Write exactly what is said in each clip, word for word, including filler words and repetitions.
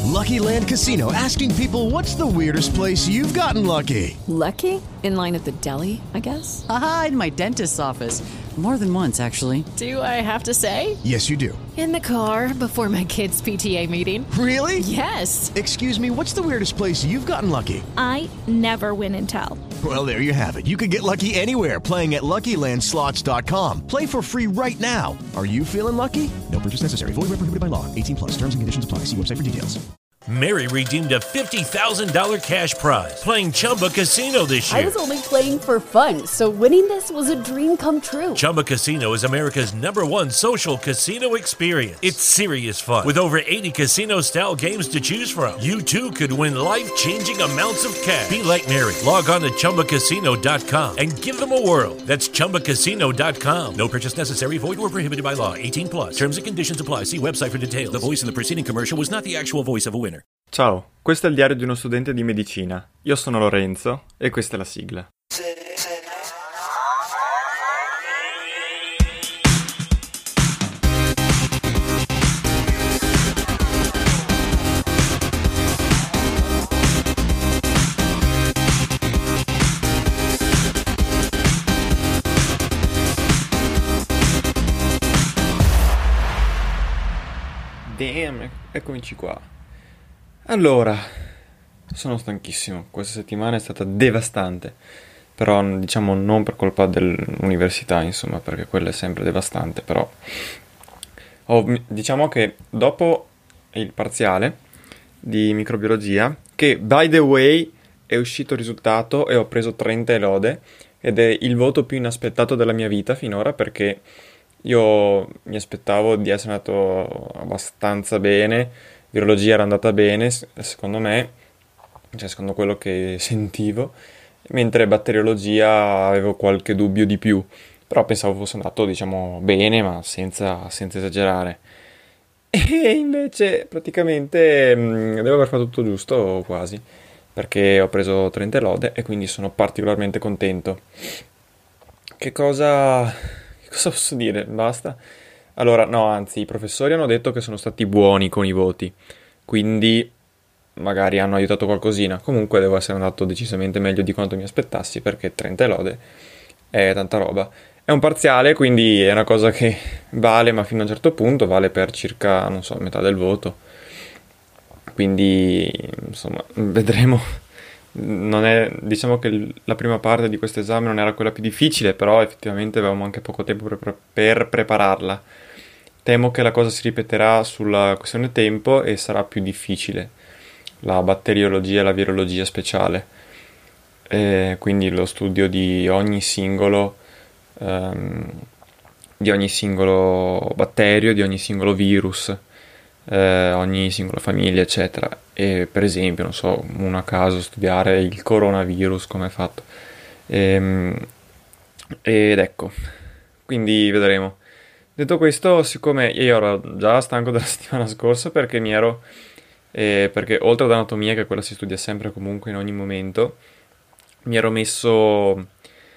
Lucky Land Casino, asking people, what's the weirdest place you've gotten lucky? Lucky? In line at the deli, I guess? Aha, in my dentist's office. More than once, actually. Do I have to say? Yes, you do. In the car before my kids' P T A meeting. Really? Yes. Excuse me, what's the weirdest place you've gotten lucky? I never win and tell. Well, there you have it. You can get lucky anywhere, playing at Lucky Land Slots dot com. Play for free right now. Are you feeling lucky? No purchase necessary. Void where prohibited by law. eighteen plus. Terms and conditions apply. See website for details. Mary redeemed a fifty thousand dollars cash prize playing Chumba Casino this year. I was only playing for fun, so winning this was a dream come true. Chumba Casino is America's number one social casino experience. It's serious fun. With over eighty casino-style games to choose from, you too could win life-changing amounts of cash. Be like Mary. Log on to Chumba Casino dot com and give them a whirl. That's Chumba Casino dot com. No purchase necessary. Void or prohibited by law. eighteen plus. Terms and conditions apply. See website for details. The voice in the preceding commercial was not the actual voice of a winner. Ciao, questo è il diario di uno studente di medicina. Io sono Lorenzo e questa è la sigla. Damn, eccomici qua. Allora, sono stanchissimo, questa settimana è stata devastante, però diciamo non per colpa dell'università, insomma, perché quella è sempre devastante, però ho, diciamo che dopo il parziale di microbiologia, che by the way è uscito il risultato e ho preso trenta e lode, ed è il voto più inaspettato della mia vita finora, perché io mi aspettavo di essere andato abbastanza bene. Virologia era andata bene, secondo me, cioè secondo quello che sentivo, mentre batteriologia avevo qualche dubbio di più, però pensavo fosse andato, diciamo, bene, ma senza, senza esagerare. E invece, praticamente, mh, devo aver fatto tutto giusto, quasi, perché ho preso trenta lode e quindi sono particolarmente contento. Che cosa... che cosa posso dire? Basta? Allora, no, anzi, i professori hanno detto che sono stati buoni con i voti, quindi magari hanno aiutato qualcosina. Comunque devo essere andato decisamente meglio di quanto mi aspettassi, perché trenta lode è tanta roba. È un parziale, quindi è una cosa che vale, ma fino a un certo punto vale per circa, non so, metà del voto. Quindi, insomma, vedremo. Non è, diciamo che la prima parte di questo esame non era quella più difficile, però effettivamente avevamo anche poco tempo per, per prepararla. Temo che la cosa si ripeterà sulla questione tempo e sarà più difficile, la batteriologia e la virologia speciale. E quindi lo studio di ogni singolo um, di ogni singolo batterio, di ogni singolo virus, eh, ogni singola famiglia, eccetera. E per esempio, non so, uno a caso studiare il coronavirus, come è fatto. Ehm, ed ecco, quindi vedremo. Detto questo, siccome io ero già stanco della settimana scorsa, perché mi ero, eh, perché oltre ad anatomia, che quella si studia sempre comunque in ogni momento, mi ero messo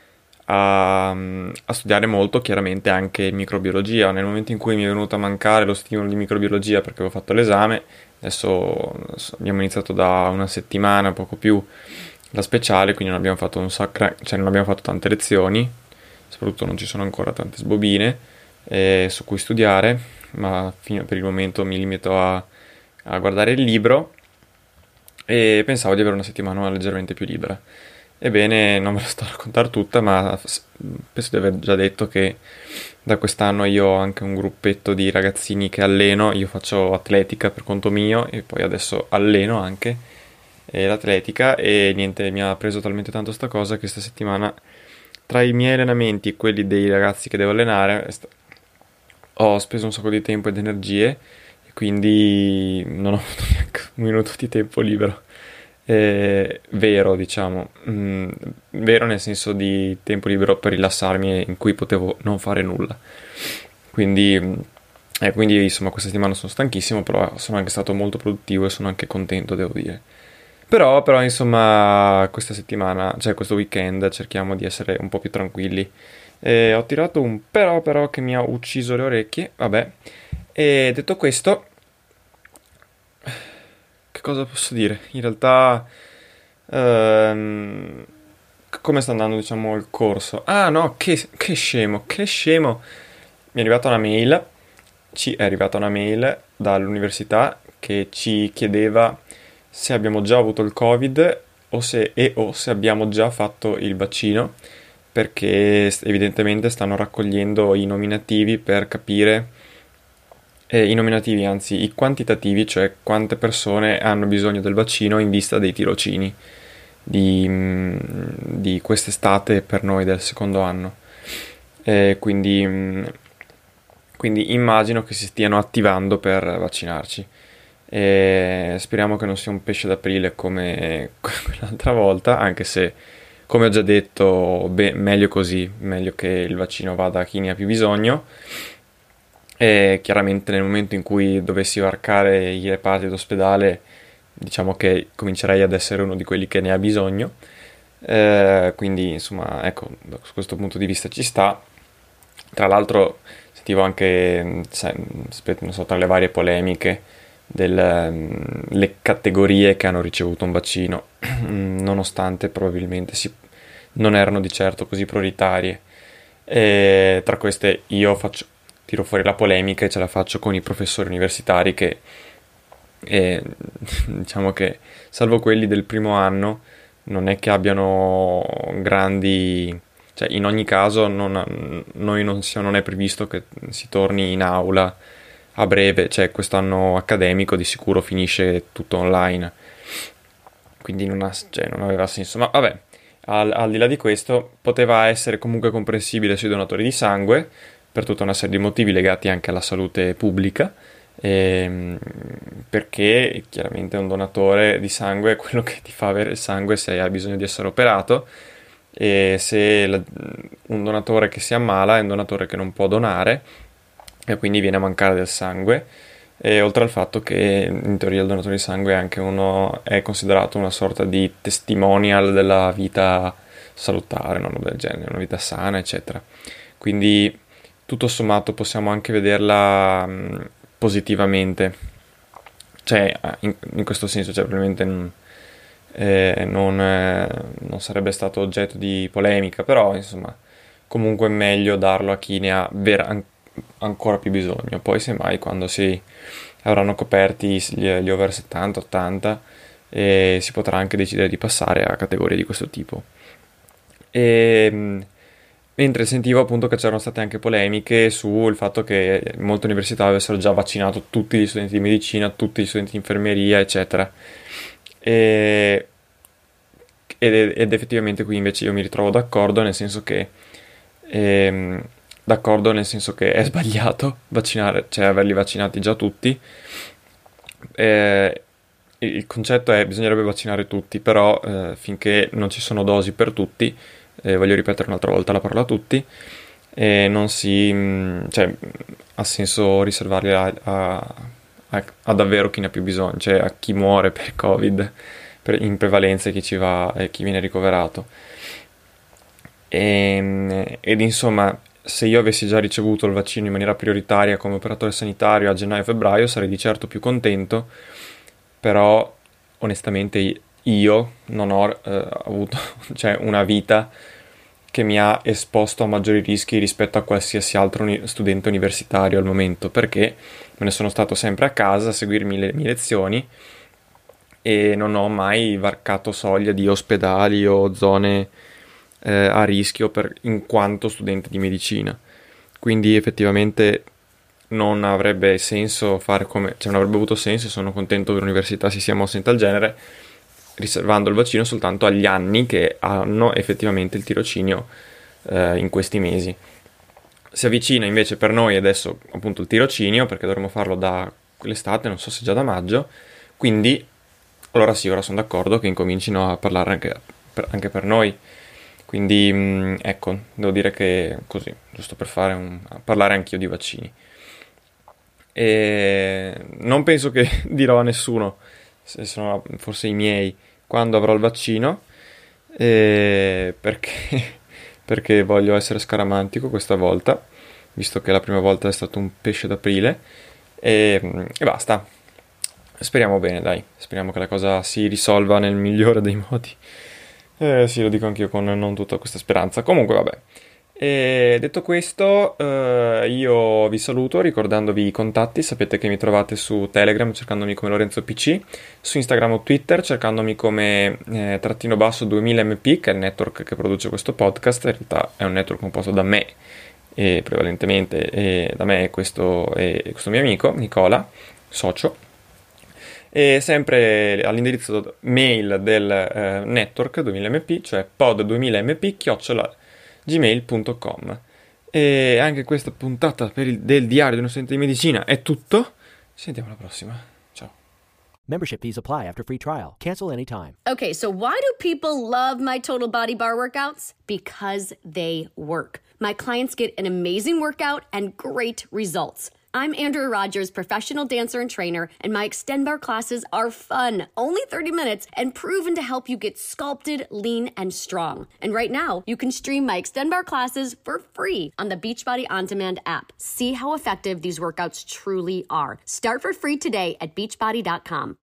a, a studiare molto, chiaramente, anche microbiologia. Nel momento in cui mi è venuto a mancare lo stimolo di microbiologia, perché avevo fatto l'esame, adesso abbiamo iniziato da una settimana, poco più, la speciale, quindi non abbiamo fatto un sacco, cioè non abbiamo fatto tante lezioni, soprattutto non ci sono ancora tante sbobine eh, su cui studiare, ma fino per il momento mi limito a, a guardare il libro e pensavo di avere una settimana leggermente più libera. Ebbene, non ve la sto a raccontare tutta, ma penso di aver già detto che da quest'anno io ho anche un gruppetto di ragazzini che alleno. Io faccio atletica per conto mio e poi adesso alleno anche eh, l'atletica, e niente, mi ha preso talmente tanto sta cosa che questa settimana, tra i miei allenamenti e quelli dei ragazzi che devo allenare, ho speso un sacco di tempo ed energie, e quindi non ho avuto neanche un minuto di tempo libero. Eh, vero, diciamo, mm, vero nel senso di tempo libero per rilassarmi, in cui potevo non fare nulla. Quindi, eh, quindi insomma, questa settimana sono stanchissimo, però sono anche stato molto produttivo e sono anche contento, devo dire. Però, però, insomma, questa settimana, cioè questo weekend, cerchiamo di essere un po' più tranquilli. Eh, ho tirato un però, però che mi ha ucciso le orecchie, vabbè. E detto questo, cosa posso dire? In realtà, ehm, come sta andando, diciamo, il corso? Ah, no, che, che scemo, che scemo. Mi è arrivata una mail, ci è arrivata una mail dall'università che ci chiedeva se abbiamo già avuto il Covid o se, e o se abbiamo già fatto il vaccino, perché evidentemente stanno raccogliendo i nominativi per capire, eh, i nominativi, anzi i quantitativi, cioè quante persone hanno bisogno del vaccino in vista dei tirocini di, di quest'estate per noi del secondo anno. Eh, quindi, quindi immagino che si stiano attivando per vaccinarci. E speriamo che non sia un pesce d'aprile come quell'altra volta, anche se, come ho già detto, beh, meglio così, meglio che il vaccino vada a chi ne ha più bisogno. E chiaramente nel momento in cui dovessi varcare i reparti d'ospedale, diciamo che comincerei ad essere uno di quelli che ne ha bisogno. Eh, quindi insomma, ecco, da questo punto di vista ci sta. Tra l'altro sentivo anche, sai, non so, tra le varie polemiche, delle categorie che hanno ricevuto un vaccino, nonostante probabilmente si, non erano di certo così prioritarie. E tra queste io faccio, tiro fuori la polemica e ce la faccio con i professori universitari che, eh, diciamo che, salvo quelli del primo anno, non è che abbiano grandi... Cioè, in ogni caso non, noi non, sia, non è previsto che si torni in aula a breve, cioè quest'anno accademico di sicuro finisce tutto online, quindi non, ha, cioè, non aveva senso. Ma vabbè, al, al di là di questo, poteva essere comunque comprensibile sui donatori di sangue, per tutta una serie di motivi legati anche alla salute pubblica, ehm, perché chiaramente un donatore di sangue è quello che ti fa avere il sangue se hai bisogno di essere operato, e se la, un donatore che si ammala è un donatore che non può donare, e quindi viene a mancare del sangue, e oltre al fatto che in teoria il donatore di sangue è anche uno, è considerato una sorta di testimonial della vita salutare, no? Del genere, una vita sana, eccetera. Quindi tutto sommato possiamo anche vederla mh, positivamente, cioè in, in questo senso, cioè probabilmente non, eh, non, eh, non sarebbe stato oggetto di polemica, però insomma comunque è meglio darlo a chi ne ha vera, ancora più bisogno. Poi semmai quando si avranno coperti gli, gli over settanta ottanta, eh, si potrà anche decidere di passare a categorie di questo tipo. E, mentre sentivo appunto che c'erano state anche polemiche sul fatto che molte università avessero già vaccinato tutti gli studenti di medicina, tutti gli studenti di infermeria, eccetera, e, ed, ed effettivamente qui invece io mi ritrovo d'accordo, nel senso che ehm, d'accordo nel senso che è sbagliato vaccinare, cioè averli vaccinati già tutti. Eh, il concetto è bisognerebbe vaccinare tutti, però eh, finché non ci sono dosi per tutti, eh, voglio ripetere un'altra volta la parola tutti, e non si, mh, cioè ha senso riservarli a, a, a, a davvero chi ne ha più bisogno, cioè a chi muore per Covid per, in prevalenza, e chi ci va e chi viene ricoverato. E, ed insomma, se io avessi già ricevuto il vaccino in maniera prioritaria come operatore sanitario a gennaio-febbraio sarei di certo più contento, però onestamente io non ho eh, avuto cioè, una vita che mi ha esposto a maggiori rischi rispetto a qualsiasi altro uni- studente universitario al momento, perché me ne sono stato sempre a casa a seguirmi le mie lezioni e non ho mai varcato soglia di ospedali o zone eh, a rischio per, in quanto studente di medicina. Quindi effettivamente non avrebbe senso fare come, cioè non avrebbe avuto senso, e sono contento che l'università si sia mossa in tal genere, riservando il vaccino soltanto agli anni che hanno effettivamente il tirocinio eh, in questi mesi. Si avvicina invece per noi adesso appunto il tirocinio, perché dovremo farlo da l'estate, non so se già da maggio, quindi allora sì, ora sono d'accordo che incomincino a parlare anche per, anche per noi. Quindi mh, ecco, devo dire che così, giusto per fare un, parlare anch'io di vaccini. E non penso che dirò a nessuno, se sono forse i miei, quando avrò il vaccino, eh, perché, perché voglio essere scaramantico questa volta, visto che la prima volta è stato un pesce d'aprile, e, e basta. speriamo bene, dai, speriamo che la cosa si risolva nel migliore dei modi. Eh, sì, lo dico anch'io con non tutta questa speranza. Comunque, vabbè. E detto questo, eh, io vi saluto ricordandovi i contatti. Sapete che mi trovate su Telegram cercandomi come Lorenzo P C, su Instagram o Twitter cercandomi come eh, trattino basso duemila M P, che è il network che produce questo podcast. In realtà è un network composto da me e prevalentemente e da me e questo, e questo mio amico Nicola, socio. E sempre all'indirizzo mail del eh, network duemila M P, cioè pod duemila M P chiocciola gmail punto com. E anche questa puntata per il, del diario di uno studente di medicina è tutto. Ci sentiamo alla prossima. Ciao. Membership fees apply after free trial. Cancel anytime. Okay, so why do people love my Total Body Bar workouts? Because they work. My clients get an amazing workout and great results. I'm Andrea Rogers, professional dancer and trainer, and my Extend Bar classes are fun, only thirty minutes, and proven to help you get sculpted, lean, and strong. And right now, you can stream my Extend Bar classes for free on the Beachbody On Demand app. See how effective these workouts truly are. Start for free today at beachbody dot com.